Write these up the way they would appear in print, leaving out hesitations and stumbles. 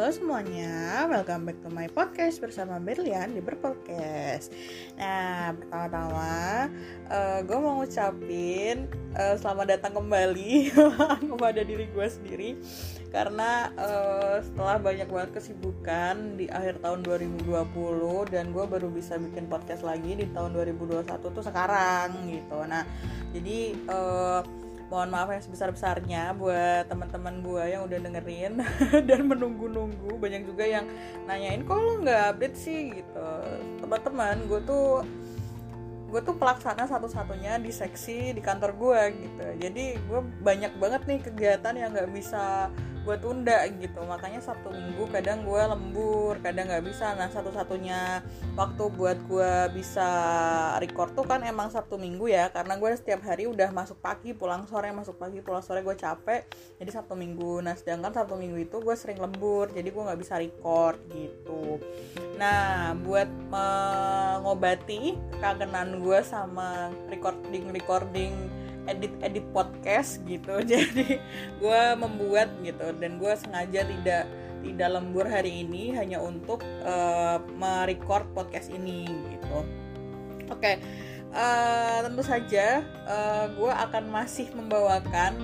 Halo semuanya, welcome back to my podcast bersama Berlian di Berpodcast. Nah, pertama-tama gue mau ngucapin selamat datang kembali kepada diri gue sendiri. Karena setelah banyak banget kesibukan di akhir tahun 2020 dan gue baru bisa bikin podcast lagi di tahun 2021 tuh sekarang gitu. Nah, jadi mohon maaf yang sebesar-besarnya buat teman-teman gue yang udah dengerin dan menunggu-nunggu. Banyak juga yang nanyain kok lo nggak update sih gitu. Teman-teman, gue tuh pelaksana satu-satunya di seksi di kantor gue gitu. Jadi gue banyak banget nih kegiatan yang nggak bisa gue tunda gitu. Makanya Sabtu Minggu kadang gue lembur, kadang nggak bisa. Nah, satu-satunya waktu buat gue bisa record tuh kan emang Sabtu Minggu ya, karena gue setiap hari udah masuk pagi pulang sore, masuk pagi pulang sore, gue capek. Jadi Sabtu Minggu. Nah, sedangkan Sabtu Minggu itu gue sering lembur, jadi gue nggak bisa record gitu. Nah, buat mengobati kekangenan gue sama recording edit podcast gitu, jadi gue membuat gitu, dan gue sengaja tidak lembur hari ini hanya untuk merecord podcast ini gitu. Oke. Tentu saja gue akan masih membawakan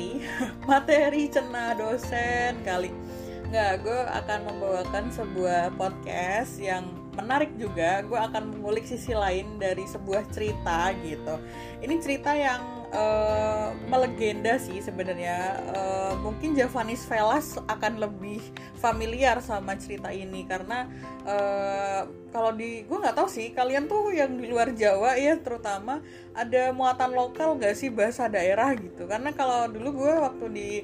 materi cenah dosen kali. Nggak, gue akan membawakan sebuah podcast yang menarik juga. Gue akan mengulik sisi lain dari sebuah cerita gitu. Ini cerita yang melegenda sih sebenarnya. Mungkin Javanis Velas akan lebih familiar sama cerita ini karena kalau gue nggak tahu sih kalian tuh yang di luar Jawa ya terutama ada muatan lokal nggak sih bahasa daerah gitu. Karena kalau dulu gue waktu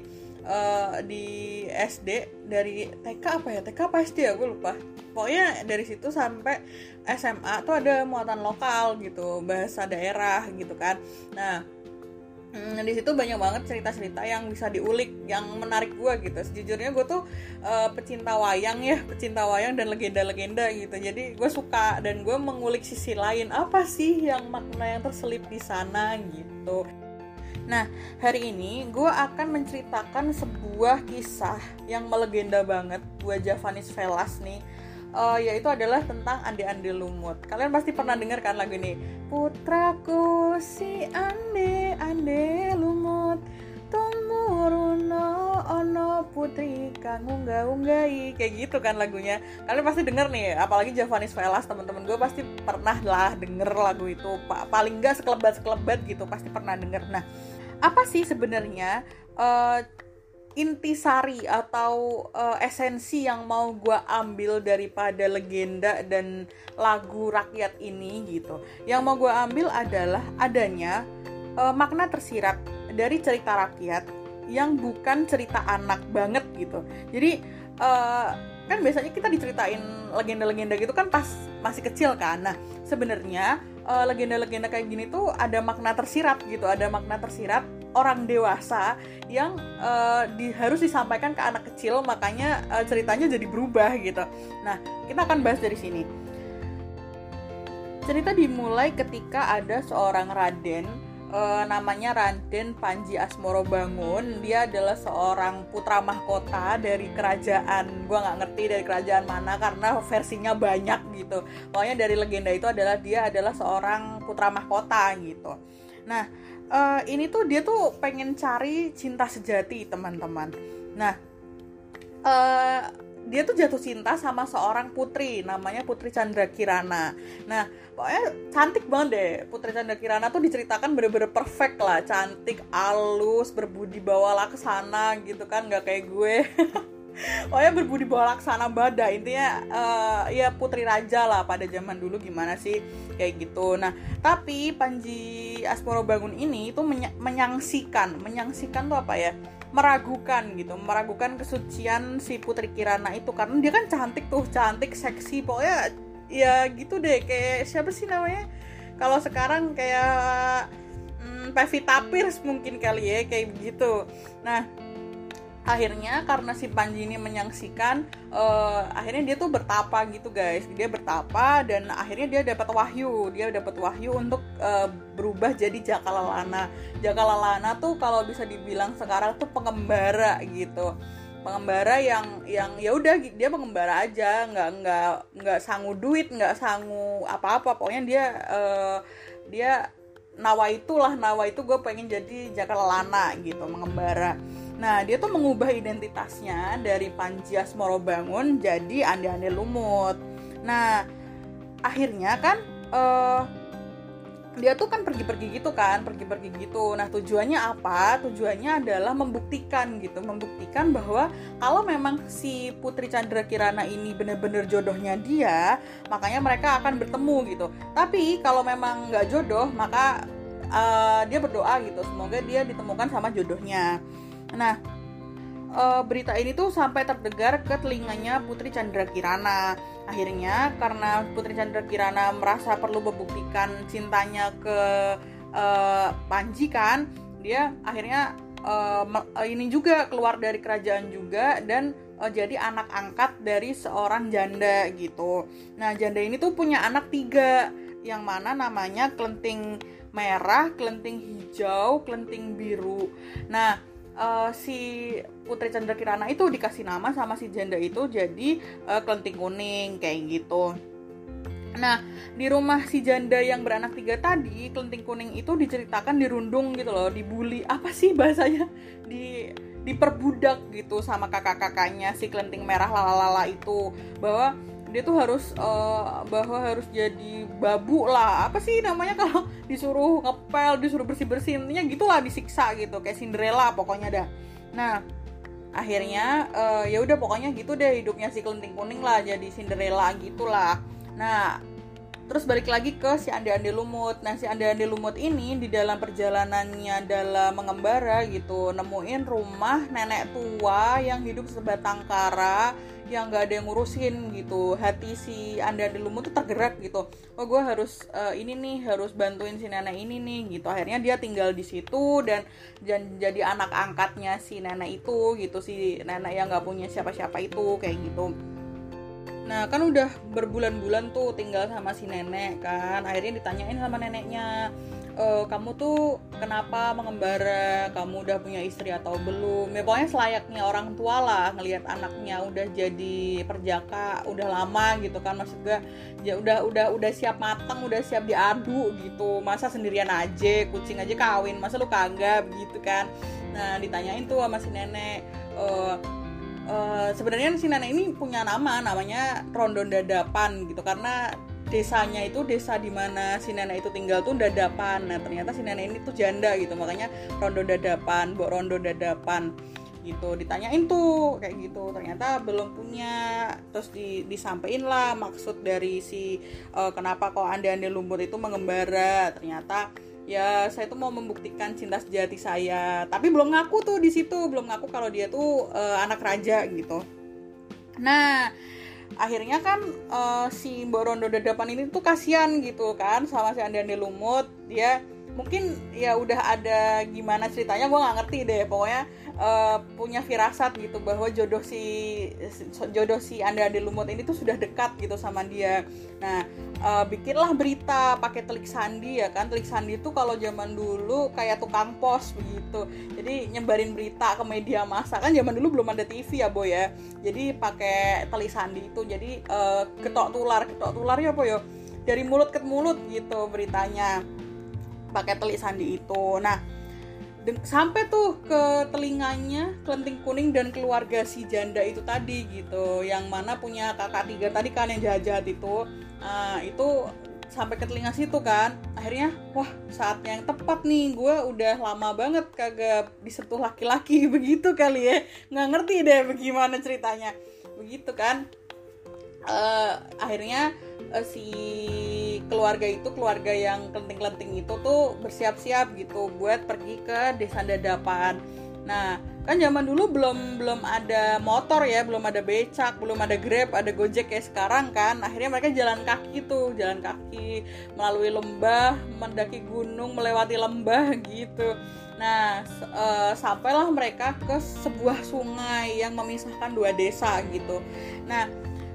di SD dari TK apa SD ya gue lupa, pokoknya dari situ sampai SMA tuh ada muatan lokal gitu, bahasa daerah gitu kan. Nah, di situ banyak banget cerita-cerita yang bisa diulik, yang menarik gue gitu. Sejujurnya gue tuh pecinta wayang dan legenda-legenda gitu. Jadi gue suka dan gue mengulik sisi lain, apa sih yang makna yang terselip di sana gitu. Nah, hari ini gue akan menceritakan sebuah kisah yang melegenda banget buat Javanis Velas nih, yaitu adalah tentang Ande-Ande Lumut. Kalian pasti pernah dengar kan lagu ini? Putraku si Ande-Ande Lumut, tumuruna ono putri kang unggah-unggahi, kayak gitu kan lagunya. Kalian pasti denger nih, apalagi Javanis Velas, teman-teman gue pasti pernah lah denger lagu itu, paling enggak sekelebat gitu pasti pernah denger. Nah, apa sih sebenarnya intisari atau esensi yang mau gue ambil daripada legenda dan lagu rakyat ini gitu? Yang mau gue ambil adalah adanya makna tersirat dari cerita rakyat yang bukan cerita anak banget gitu. Jadi kan biasanya kita diceritain legenda-legenda gitu kan pas masih kecil kan. Nah, sebenarnya legenda-legenda kayak gini tuh ada makna tersirat gitu, ada makna tersirat orang dewasa yang harus disampaikan ke anak kecil, makanya ceritanya jadi berubah gitu. Nah, kita akan bahas dari sini. Cerita dimulai ketika ada seorang raden, namanya Raden Panji Asmorobangun. Dia adalah seorang putra mahkota dari kerajaan, gue nggak ngerti dari kerajaan mana karena versinya banyak gitu. Pokoknya dari legenda itu adalah dia adalah seorang putra mahkota gitu. Nah, ini tuh dia tuh pengen cari cinta sejati, teman-teman. Nah, dia tuh jatuh cinta sama seorang putri, namanya Putri Chandra Kirana. Nah, pokoknya cantik banget deh. Putri Chandra Kirana tuh diceritakan bener-bener perfect lah, cantik, halus, berbudi bawa laksana gitu kan, nggak kayak gue. Pokoknya berbudi bawa laksana badai. Intinya ya putri raja lah pada zaman dulu, gimana sih kayak gitu. Nah, tapi Panji Asmorobangun ini tuh menyaksikan tuh apa ya? Meragukan kesucian si Putri Kirana itu, karena dia kan cantik, seksi, pokoknya ya gitu deh, kayak siapa sih namanya kalau sekarang, kayak Pevita Pierce mungkin kali ya, kayak gitu. Nah, akhirnya karena si Panji ini menyaksikan, akhirnya dia tuh bertapa gitu guys. Dia bertapa dan akhirnya dia dapat wahyu untuk berubah jadi Jakalalana. Jakalalana tuh kalau bisa dibilang sekarang tuh pengembara gitu. pengembara yang ya udah dia pengembara aja, nggak sangu duit, nggak sangu apa-apa, pokoknya dia nawa itu gue pengen jadi Jakarta gitu, mengembara. Nah, dia tuh mengubah identitasnya dari Panji Asmorobangun jadi Ande-Ande Lumut. Nah, akhirnya kan dia tuh kan pergi-pergi gitu. Nah, tujuannya apa? Tujuannya adalah membuktikan bahwa kalau memang si Putri Candrakirana ini benar-benar jodohnya dia, makanya mereka akan bertemu gitu. Tapi kalau memang nggak jodoh, maka dia berdoa gitu, semoga dia ditemukan sama jodohnya. Nah, berita ini tuh sampai terdengar ke telinganya Putri Candrakirana. Akhirnya karena Putri Candrakirana merasa perlu membuktikan cintanya ke Panji kan, dia akhirnya ini juga keluar dari kerajaan juga dan jadi anak angkat dari seorang janda gitu. Nah, janda ini tuh punya anak 3, yang mana namanya Klenting Merah, Klenting Hijau, Klenting Biru. Nah, si Putri Candrakirana itu dikasih nama sama si janda itu jadi Klenting Kuning kayak gitu. Nah, di rumah si janda yang beranak 3 tadi, Klenting Kuning itu diceritakan dirundung gitu loh, dibully, apa sih bahasanya, diperbudak gitu sama kakak-kakaknya si Klenting Merah lalala itu, bahwa dia tuh harus jadi babu lah, apa sih namanya kalau disuruh ngepel, disuruh bersih-bersih, intinya gitulah, disiksa gitu kayak Cinderella pokoknya dah. Nah, akhirnya ya udah pokoknya gitu deh hidupnya si Klenting Kuning lah, jadi Cinderella gitulah. Nah, terus balik lagi ke si Ande-Ande Lumut. Nah, si Ande-Ande Lumut ini di dalam perjalanannya dalam mengembara gitu, nemuin rumah nenek tua yang hidup sebatang kara, yang gak ada yang ngurusin gitu. Hati si Ande-Ande Lumut tuh tergerak gitu, oh gue harus harus bantuin si nenek ini nih gitu. Akhirnya dia tinggal di situ dan jadi anak angkatnya si nenek itu gitu, si nenek yang gak punya siapa-siapa itu kayak gitu. Nah, kan udah berbulan-bulan tuh tinggal sama si nenek kan. Akhirnya ditanyain sama neneknya, kamu tuh kenapa mengembara, kamu udah punya istri atau belum. Ya pokoknya selayaknya orang tua lah ngelihat anaknya udah jadi perjaka udah lama gitu kan, maksud gue ya udah siap matang, udah siap diadu gitu. Masa sendirian aja, kucing aja kawin, masa lu kagak gitu kan. Nah, ditanyain tuh sama si nenek, sebenarnya si nenek ini punya namanya Rondon Dadapan gitu, karena desanya itu desa di mana si nenek itu tinggal tuh Dadapan. Nah, ternyata si nenek ini tuh janda gitu, makanya Rondon Dadapan, Mbok Rondon Dadapan gitu. Ditanyain tuh kayak gitu, ternyata belum punya. Terus disampaikan lah maksud dari si kenapa kok Ande-Ande Lumut itu mengembara. Ternyata ya saya tuh mau membuktikan cinta sejati saya, tapi belum ngaku tuh di situ, belum ngaku kalau dia tuh anak raja gitu. Nah, akhirnya kan si Mbok Rondo Dadapan ini tuh kasihan gitu kan sama si Ande-Ande Lumut. Dia mungkin ya udah ada gimana ceritanya, gue nggak ngerti deh, pokoknya punya firasat gitu bahwa jodoh si Ande-Ande Lumut ini tuh sudah dekat gitu sama dia. Nah, bikinlah berita pakai telik sandi ya kan. Telik sandi itu kalau zaman dulu kayak tukang pos begitu, jadi nyebarin berita ke media massa kan. Zaman dulu belum ada TV ya boy ya, jadi pakai telik sandi itu. Jadi ketok tular ya boy, dari mulut ke mulut gitu beritanya pakai telik sandi itu. Nah, sampai tuh ke telinganya Klenting Kuning dan keluarga si janda itu tadi gitu, yang mana punya kakak 3 tadi kan yang jahat-jahat itu. Itu sampai ke telinga situ kan. Akhirnya wah, saatnya yang tepat nih, gue udah lama banget kagak disentuh laki-laki begitu kali ya, nggak ngerti deh bagaimana ceritanya begitu kan. Akhirnya si keluarga yang Klenting-Klenting itu tuh bersiap-siap gitu buat pergi ke desa Dadapan. Nah, kan zaman dulu belum ada motor ya, belum ada becak, belum ada Grab, ada Gojek kayak sekarang kan. Akhirnya mereka jalan kaki melalui lembah, mendaki gunung, melewati lembah gitu. Nah, sampailah mereka ke sebuah sungai yang memisahkan 2 desa gitu. Nah,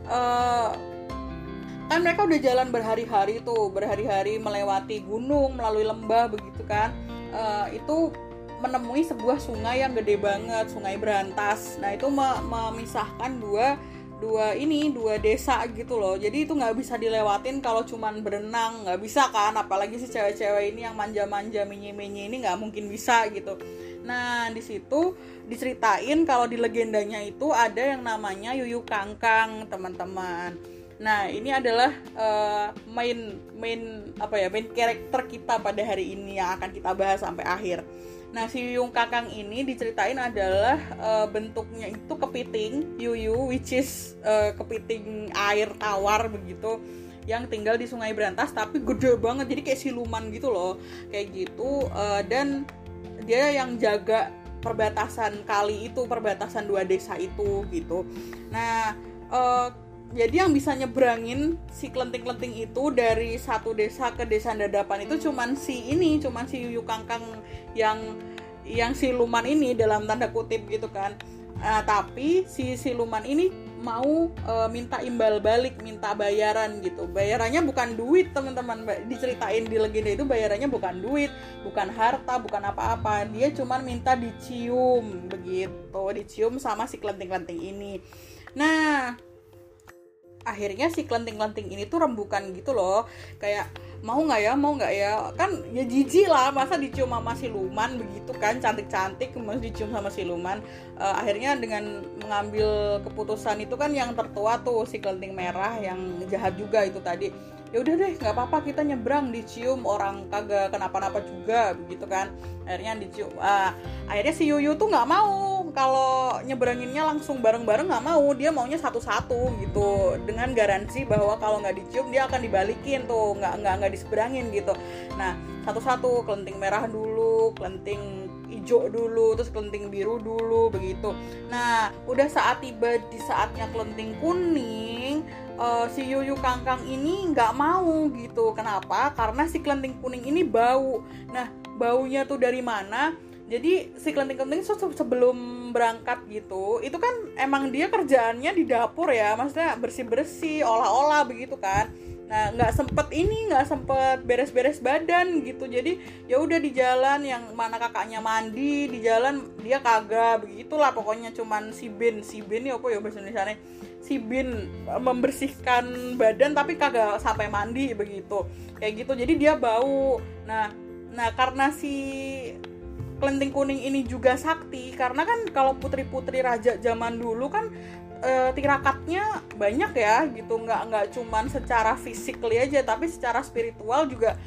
kan mereka udah jalan berhari-hari melewati gunung, melalui lembah begitu kan. Itu menemui sebuah sungai yang gede banget, Sungai Brantas. Nah itu memisahkan dua desa gitu loh. Jadi itu nggak bisa dilewatin kalau cuman berenang, nggak bisa kan, apalagi si cewek-cewek ini yang manja-manja menye-menye ini nggak mungkin bisa gitu. Nah di situ diceritain kalau di legendanya itu ada yang namanya Yuyu Kangkang, teman-teman. Nah ini adalah main karakter kita pada hari ini yang akan kita bahas sampai akhir. Nah si Yuyu Kangkang ini diceritain adalah bentuknya itu kepiting yuyu, which is kepiting air tawar begitu, yang tinggal di Sungai Brantas tapi gede banget, jadi kayak siluman gitu loh, kayak gitu. Dan dia yang jaga perbatasan kali itu, perbatasan dua desa itu gitu. Nah jadi yang bisa nyebrangin si kelenting-kelenting itu dari satu desa ke desa dadapan itu cuman si Yuyu Kangkang yang siluman ini, dalam tanda kutip gitu kan. Tapi si siluman ini mau minta imbal balik, minta bayaran gitu. Bayarannya bukan duit, teman-teman. Diceritain di legenda itu bayarannya bukan duit, bukan harta, bukan apa-apa. Dia cuman minta dicium begitu, dicium sama si kelenting-kelenting ini. Nah akhirnya si kelenting-kelenting ini tuh rembukan gitu loh, kayak mau nggak ya, kan ya jijik lah, masa dicium sama siluman begitu kan, cantik-cantik kemudian dicium sama siluman. Akhirnya dengan mengambil keputusan itu kan yang tertua tuh si kelenting merah yang jahat juga itu tadi, ya udah deh nggak apa-apa kita nyebrang, dicium orang kagak kenapa-napa juga begitu kan. Akhirnya dicium. Akhirnya si Yuyu tuh nggak mau kalau nyebranginnya langsung bareng-bareng, nggak mau, dia maunya satu-satu gitu, dengan garansi bahwa kalau nggak dicium dia akan dibalikin tuh, nggak diseberangin gitu. Nah satu-satu, kelenting merah dulu, kelenting hijau dulu, terus kelenting biru dulu begitu. Nah udah tiba di saatnya kelenting kuning, si Yuyu Kangkang ini nggak mau gitu. Kenapa? Karena si kelenting kuning ini bau. Nah baunya tuh dari mana? Jadi si kelenting-kelenting sebelum berangkat gitu, itu kan emang dia kerjaannya di dapur ya, maksudnya bersih-bersih, olah-olah begitu kan. Nah nggak sempet beres-beres badan gitu. Jadi ya udah di jalan, yang mana kakaknya mandi di jalan dia kagak, begitulah pokoknya. Cuman si bin ya apa ya bahasa Indonesianya, si bin membersihkan badan tapi kagak sampai mandi begitu, kayak gitu. Jadi dia bau. Nah karena si kelenting kuning ini juga sakti, karena kan kalau putri-putri raja zaman dulu kan tirakatnya banyak ya gitu, nggak cuman secara physically aja tapi secara spiritual juga.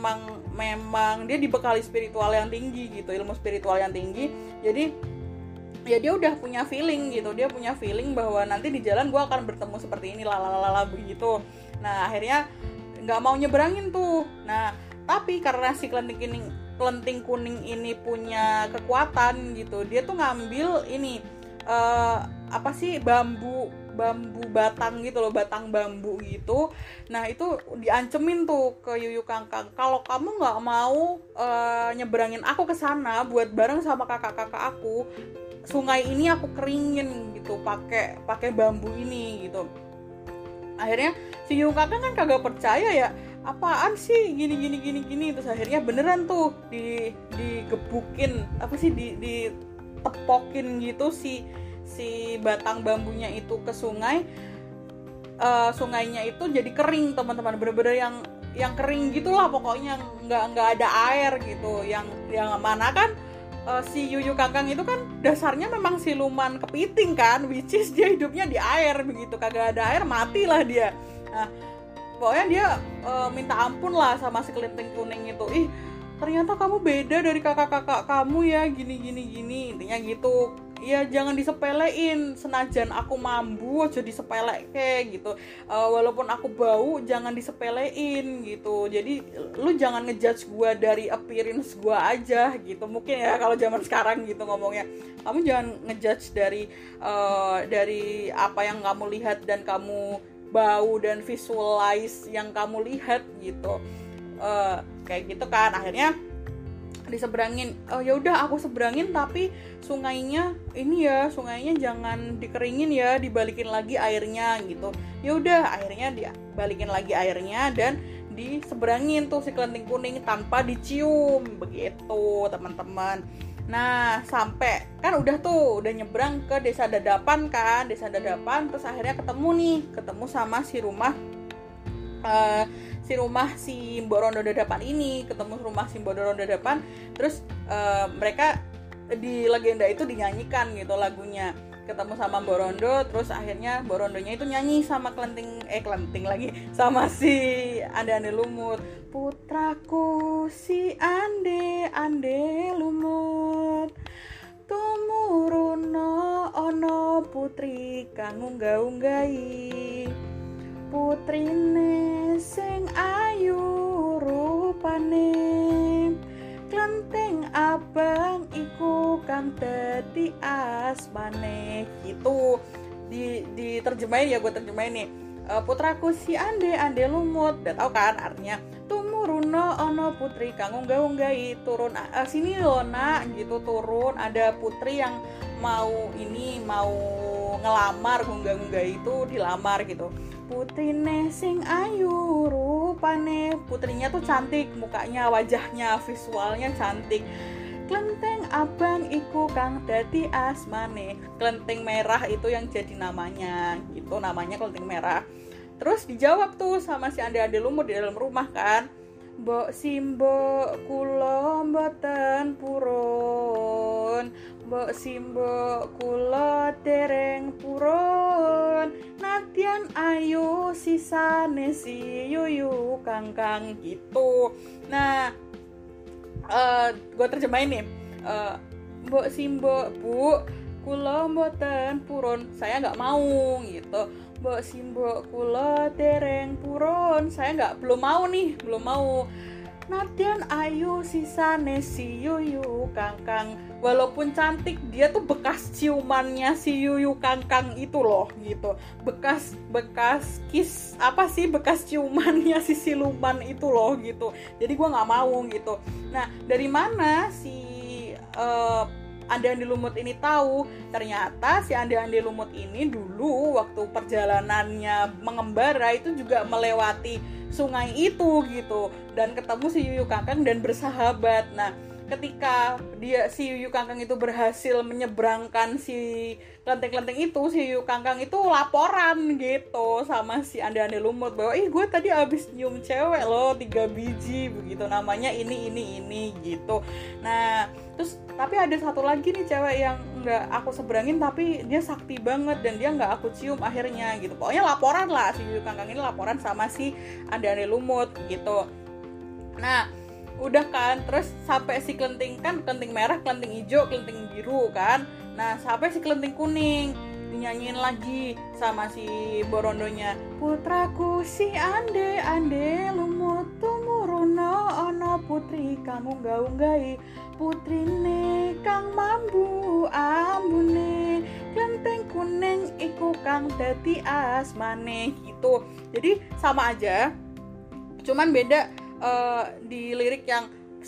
Memang dia dibekali spiritual yang tinggi gitu, ilmu spiritual yang tinggi. Jadi ya dia udah punya feeling gitu, dia punya feeling bahwa nanti di jalan gue akan bertemu seperti ini lalalala begitu. Nah akhirnya nggak mau nyebrangin tuh. Nah tapi karena si kelenting kuning ini punya kekuatan gitu, dia tuh ngambil ini bambu batang gitu loh, batang bambu gitu. Nah itu diancemin tuh ke Yuyu Kangkang, kalau kamu nggak mau nyebrangin aku ke sana buat bareng sama kakak-kakak aku, sungai ini aku keringin gitu pakai bambu ini gitu. Akhirnya si Yuyu Kangkang kan kagak percaya ya, apaan sih gini. Terus akhirnya beneran tuh digebukin ditepokin gitu si batang bambunya itu ke sungai. Sungainya itu jadi kering, teman-teman, bener-bener yang kering gitulah pokoknya, nggak ada air gitu. Yang mana kan si Yuyu Kangkang itu kan dasarnya memang siluman kepiting kan, which is dia hidupnya di air begitu, kagak ada air matilah dia. Nah pokoknya dia minta ampun lah sama si kelenting kuning itu. Ih ternyata kamu beda dari kakak-kakak kamu ya, gini intinya gitu. Ya jangan disepelein, senajan aku mambu aja disepeleke gitu. Walaupun aku bau jangan disepelein gitu. Jadi lu jangan ngejudge gua dari appearance gua aja gitu. Mungkin ya kalau zaman sekarang gitu ngomongnya, kamu jangan ngejudge dari apa yang kamu lihat dan kamu bau dan visualize yang kamu lihat gitu. Kayak gitu kan. Akhirnya diseberangin. Ya udah aku seberangin, tapi sungainya jangan dikeringin ya, dibalikin lagi airnya gitu. Ya udah akhirnya dibalikin lagi airnya dan diseberangin tuh si kelenting kuning tanpa dicium begitu, teman-teman. Nah sampai kan udah nyebrang ke desa Dadapan kan, terus akhirnya ketemu sama si rumah si Mbok Rondo Dadapan ini, terus mereka di legenda itu dinyanyikan gitu lagunya, ketemu sama Mbok Rondo, terus akhirnya Mbok Rondonya itu nyanyi sama kelenting lagi sama si Ande Lumut, putraku si Ande Lumut, tumuruna ana putri kang unggah-unggahi, putrine sing ayu rupane, klenteng abang iku kang dadi asmane. Gitu diterjemahin ya, gue terjemahin nih. Putraku si Ande Lumut, udah tau kan artinya, tumuruna ana putri kang unggah-unggahi, turun sini lo nak gitu, turun ada putri yang mau ngelamar, unggah-unggahi itu dilamar gitu. Putrine sing ayu rupane, putrinya tuh cantik, mukanya, wajahnya, visualnya cantik. Klenteng abang iku kang dadi asmane, klenteng merah itu yang jadi namanya gitu, namanya klenteng merah. Terus dijawab tuh sama si Ande Lumut di dalam rumah kan, mbok simbo kula mboten purun, mbok simbo kula dereng purun, nadyan ayu sisane si yuyu kangkang gitu. Nah gue terjemahin nih, mbok simbo bu kula mboten purun, saya nggak mau gitu. Mbok simbo kula dereng purun, saya belum mau. Nadyan ayu sisane si yuyu kangkang, walaupun cantik dia tuh bekas ciumannya si yuyu kangkang itu loh gitu, bekas ciumannya si siluman itu loh gitu. Jadi gue nggak mau gitu. Nah dari mana si Ande Lumut ini tahu? Ternyata si Ande Lumut ini dulu waktu perjalanannya mengembara itu juga melewati sungai itu gitu, dan ketemu si yuyu kangkang dan bersahabat. Nah ketika si yuyu kangkang itu berhasil menyeberangkan si klenteng-klenteng itu, si yuyu kangkang itu laporan gitu sama si Ande Lumut bahwa gue tadi abis nyium cewek loh 3 biji begitu, namanya ini gitu. Nah terus tapi ada satu lagi nih cewek yang nggak aku seberangin tapi dia sakti banget dan dia nggak aku cium akhirnya gitu. Pokoknya laporan lah, si yuyu kangkang ini laporan sama si Ande Lumut gitu. Nah udah kan, terus sampai si klenteng merah, klenteng hijau, klenteng biru kan. Nah sampai si klenteng kuning, dinyanyiin lagi sama si Borondonya, putraku si Ande Lumut, tumuruna ana putri kang unggah-unggahi, putrine kang mambu ambune, klenteng kuning iku kang dadi asmane gitu. Jadi sama aja, cuman beda di lirik yang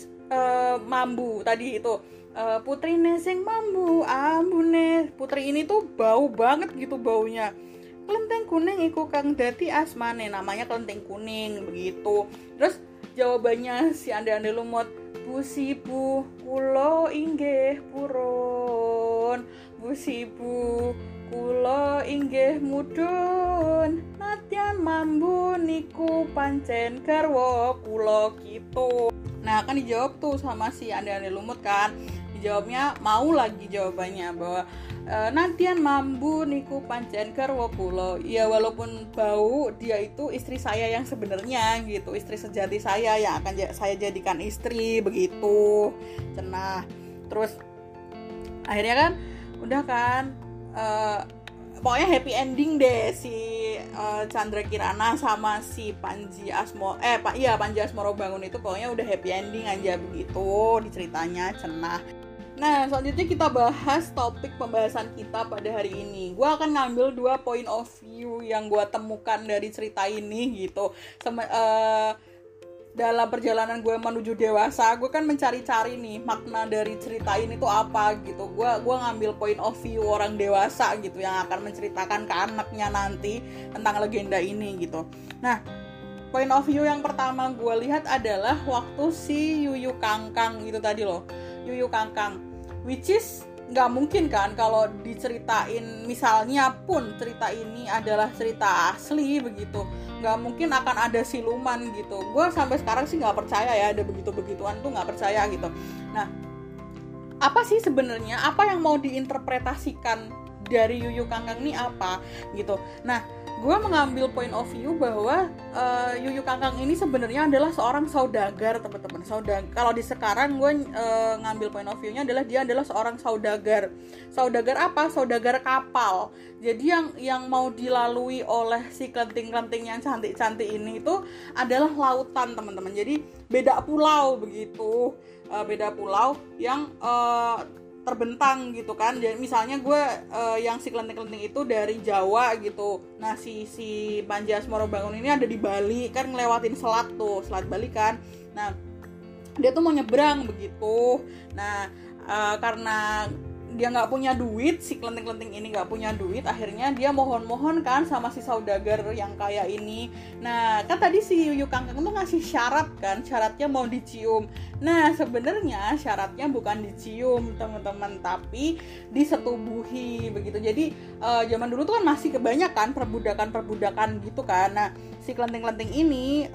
mambu tadi itu, putrine sing mambu ambune, putri ini tuh bau banget gitu baunya, klenteng kuning iku kang dadi asmane, namanya klenteng kuning begitu. Terus jawabannya si Ande Lumut, bu sibu kula inggih purun, bu sibu kula inggih mudhun, nadyan mambu niku pancen garwa kula gitu. Nah kan dijawab tuh sama si Ande Lumut kan, dijawabnya mau lagi jawabannya bahwa nadyan mambu niku pancen garwa kula. Ya walaupun bau, dia itu istri saya yang sebenarnya gitu, istri sejati saya yang akan saya jadikan istri begitu. Cenah. Terus akhirnya kan udah kan, pokoknya happy ending deh si Chandra Kirana sama si Panji Asmorobangun itu, pokoknya udah happy ending aja begitu di ceritanya. Cenah. Nah selanjutnya kita bahas topik pembahasan kita pada hari ini. Gue akan ngambil 2 point of view yang gue temukan dari cerita ini gitu. Dalam perjalanan gue menuju dewasa, gue kan mencari-cari nih makna dari cerita ini tuh apa gitu. Gue ngambil point of view orang dewasa gitu yang akan menceritakan ke anaknya nanti tentang legenda ini gitu. Nah point of view yang pertama gue lihat adalah waktu si yuyu kangkang itu tadi loh, yuyu kangkang which is nggak mungkin kan kalau diceritain, misalnya pun cerita ini adalah cerita asli begitu, nggak mungkin akan ada siluman gitu. Gue sampai sekarang sih nggak percaya ya ada begitu-begituan tuh, nggak percaya gitu. Nah, apa sih sebenarnya, apa yang mau diinterpretasikan dari Yuyu Kangkang ini apa gitu. Nah, gue mengambil point of view bahwa Yuyu Kangkang ini sebenarnya adalah seorang saudagar, teman-teman. Kalau di sekarang gue ngambil point of view-nya adalah dia adalah seorang saudagar. Saudagar apa? Saudagar kapal. Jadi yang mau dilalui oleh si kelenting-kelenting yang cantik-cantik ini itu adalah lautan, teman-teman. Jadi beda pulau begitu. Beda pulau yang terbentang gitu kan. Jadi misalnya gue yang si kelenting-kelenting itu dari Jawa gitu. Nah si Manja Asmorobangun ini ada di Bali kan, ngelewatin selat Bali kan. Nah dia tuh mau nyebrang begitu. Nah karena dia nggak punya duit, si kelenting-kelenting ini nggak punya duit, akhirnya dia mohon-mohon kan sama si saudagar yang kaya ini. Nah kan tadi si Yuyu Kangkang tuh ngasih syarat kan, syaratnya mau dicium. Nah sebenarnya syaratnya bukan dicium, teman-teman, tapi disetubuhi begitu. Jadi zaman dulu tuh kan masih kebanyakan perbudakan gitu kan. Nah si kelenting-kelenting ini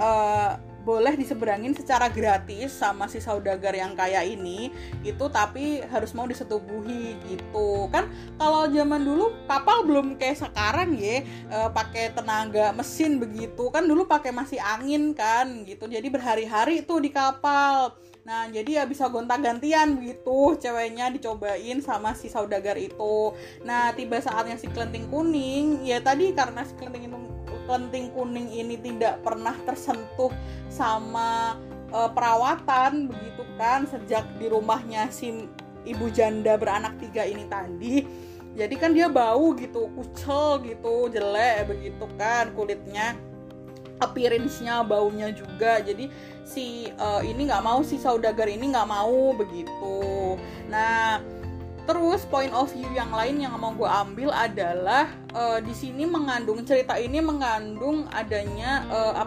boleh diseberangin secara gratis sama si saudagar yang kaya ini itu, tapi harus mau disetubuhi gitu kan. Kalau zaman dulu kapal belum kayak sekarang ya, pakai tenaga mesin begitu kan, dulu pakai masih angin kan gitu, jadi berhari-hari itu di kapal. Nah jadi ya bisa gonta-gantian begitu, ceweknya dicobain sama si saudagar itu. Nah tiba saatnya si kelenting kuning, ya tadi karena si kelenting kuning ini tidak pernah tersentuh sama perawatan begitu kan sejak di rumahnya si ibu janda beranak 3 ini tadi. Jadi kan dia bau gitu, kucel gitu, jelek begitu kan kulitnya, appearance-nya, baunya juga. Jadi si ini nggak mau, si saudagar ini nggak mau begitu. Nah terus point of view yang lain yang mau gue ambil adalah di sini cerita ini mengandung adanya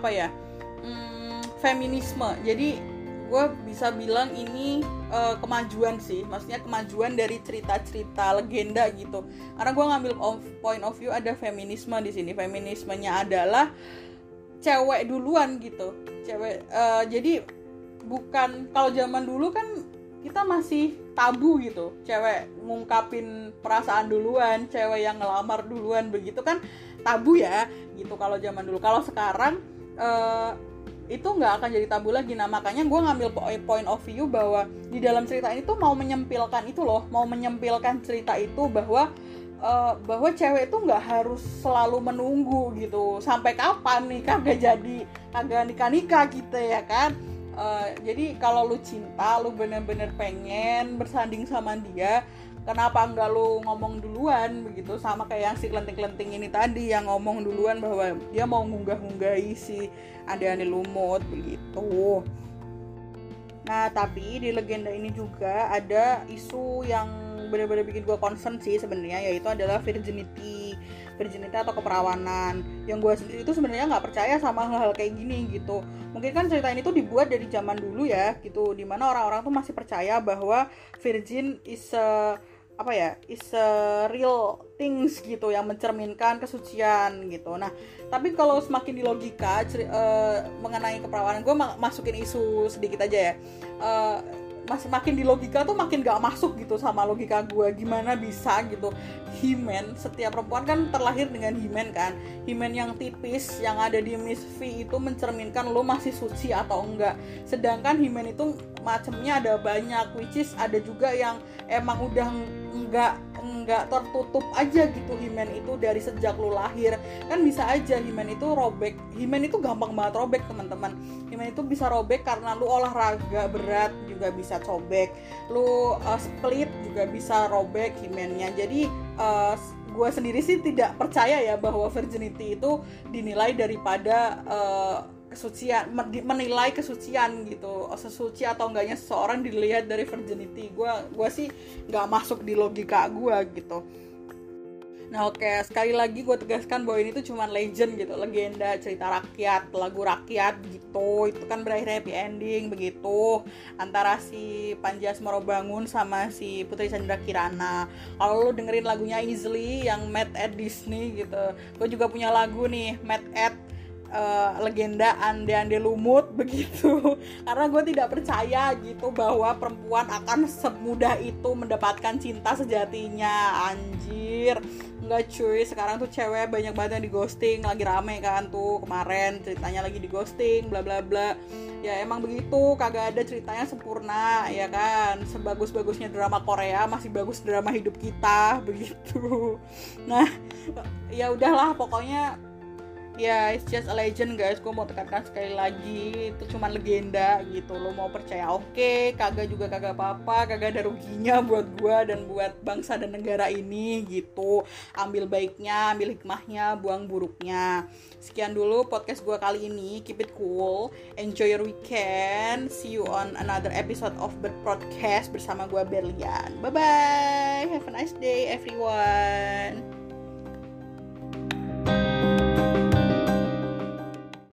feminisme. Jadi gue bisa bilang ini kemajuan sih, maksudnya kemajuan dari cerita-cerita legenda gitu. Karena gue ngambil point of view ada feminisme di sini. Feminismenya adalah cewek duluan gitu. Jadi bukan, kalau zaman dulu kan kita masih tabu gitu, cewek ngungkapin perasaan duluan, cewek yang ngelamar duluan begitu kan tabu ya gitu kalau zaman dulu. Kalau sekarang itu nggak akan jadi tabu lagi. Nah makanya gue ngambil point of view bahwa di dalam cerita ini tuh mau menyempilkan cerita itu bahwa cewek itu nggak harus selalu menunggu gitu, sampai kapan nih kagak nikah gitu ya kan. Jadi kalau lu cinta, lu bener-bener pengen bersanding sama dia, kenapa enggak lu ngomong duluan begitu, sama kayak yang si kelenting-kelenting ini tadi yang ngomong duluan bahwa dia mau ngunggah-ngunggahi si Ade-Ade Lumut begitu. Nah tapi di legenda ini juga ada isu yang benar-benar bikin gue concern sih sebenarnya, yaitu adalah virginity atau keperawanan. Yang gue sendiri itu sebenarnya nggak percaya sama hal-hal kayak gini gitu. Mungkin kan cerita ini tuh dibuat dari zaman dulu ya gitu, dimana orang-orang tuh masih percaya bahwa virgin is a real things gitu, yang mencerminkan kesucian gitu. Nah tapi kalau semakin di logika mengenai keperawanan, gue masukin isu sedikit aja ya. Makin di logika tuh makin gak masuk gitu sama logika gue. Gimana bisa gitu himen, setiap perempuan kan terlahir dengan himen kan, himen yang tipis yang ada di Miss V itu mencerminkan lo masih suci atau enggak. Sedangkan himen itu macamnya ada banyak, which is ada juga yang emang udah enggak tertutup aja gitu himen itu dari sejak lu lahir. Kan bisa aja himen itu robek. Himen itu gampang banget robek, teman-teman. Himen itu bisa robek karena lu olahraga berat juga bisa sobek. Lu split juga bisa robek himennya. Jadi gue sendiri sih tidak percaya ya bahwa virginity itu dinilai daripada kesucian, menilai kesucian gitu, sesuci atau enggaknya seseorang dilihat dari virginity. Gue sih nggak masuk di logika gue gitu. Nah oke, sekali lagi gue tegaskan bahwa ini tuh cuma legend gitu, legenda, cerita rakyat, lagu rakyat gitu. Itu kan berakhir happy ending begitu, antara si Panji Asmarobangun sama si Putri Chandra Kirana. Kalau lu dengerin lagunya Easily yang Mad at Disney gitu, gue juga punya lagu nih, Mad at legenda Ande Ande Lumut begitu. Karena gue tidak percaya gitu bahwa perempuan akan semudah itu mendapatkan cinta sejatinya. Anjir, enggak cuy, sekarang tuh cewek banyak banget yang di ghosting, lagi rame kan tuh kemarin ceritanya lagi di ghosting bla bla bla. Ya emang begitu, kagak ada ceritanya sempurna ya kan. Sebagus-bagusnya drama Korea masih bagus drama hidup kita begitu. Nah, ya udahlah pokoknya ya, it's just a legend guys. Gue mau tekankan sekali lagi, itu cuma legenda gitu. Lo mau percaya oke, kagak juga kagak apa-apa, kagak ada ruginya buat gue dan buat bangsa dan negara ini gitu. Ambil baiknya, ambil hikmahnya, buang buruknya. Sekian dulu podcast gue kali ini. Keep it cool, enjoy your weekend. See you on another episode of Berpodcast bersama gue Berlian. Bye bye, have a nice day everyone.